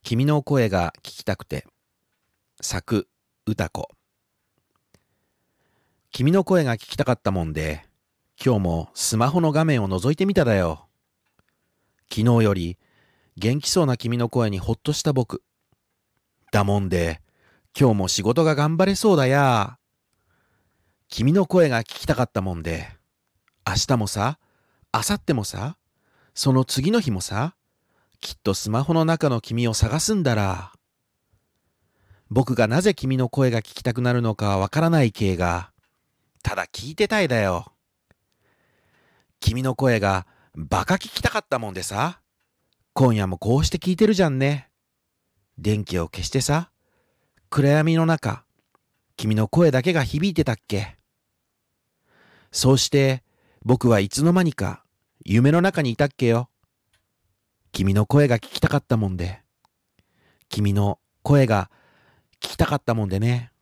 君の声が聞きたくて。作、歌子。君の声が聞きたかったもんで、今日もスマホの画面を覗いてみただよ。昨日より元気そうな君の声にほっとした僕。だもんで、今日も仕事が頑張れそうだや。君の声が聞きたかったもんで、明日もさ、明後日もさ、その次の日もさ、きっとスマホの中の君を探すんだら。僕がなぜ君の声が聞きたくなるのかわからない系が、ただ聞いてたいだよ。君の声がバカ聞きたかったもんでさ、今夜もこうして聞いてるじゃんね。電気を消してさ、暗闇の中、君の声だけが響いてたっけ。そうして僕はいつの間にか夢の中にいたっけよ。君の声が聞きたかったもんで、君の声が聞きたかったもんでね。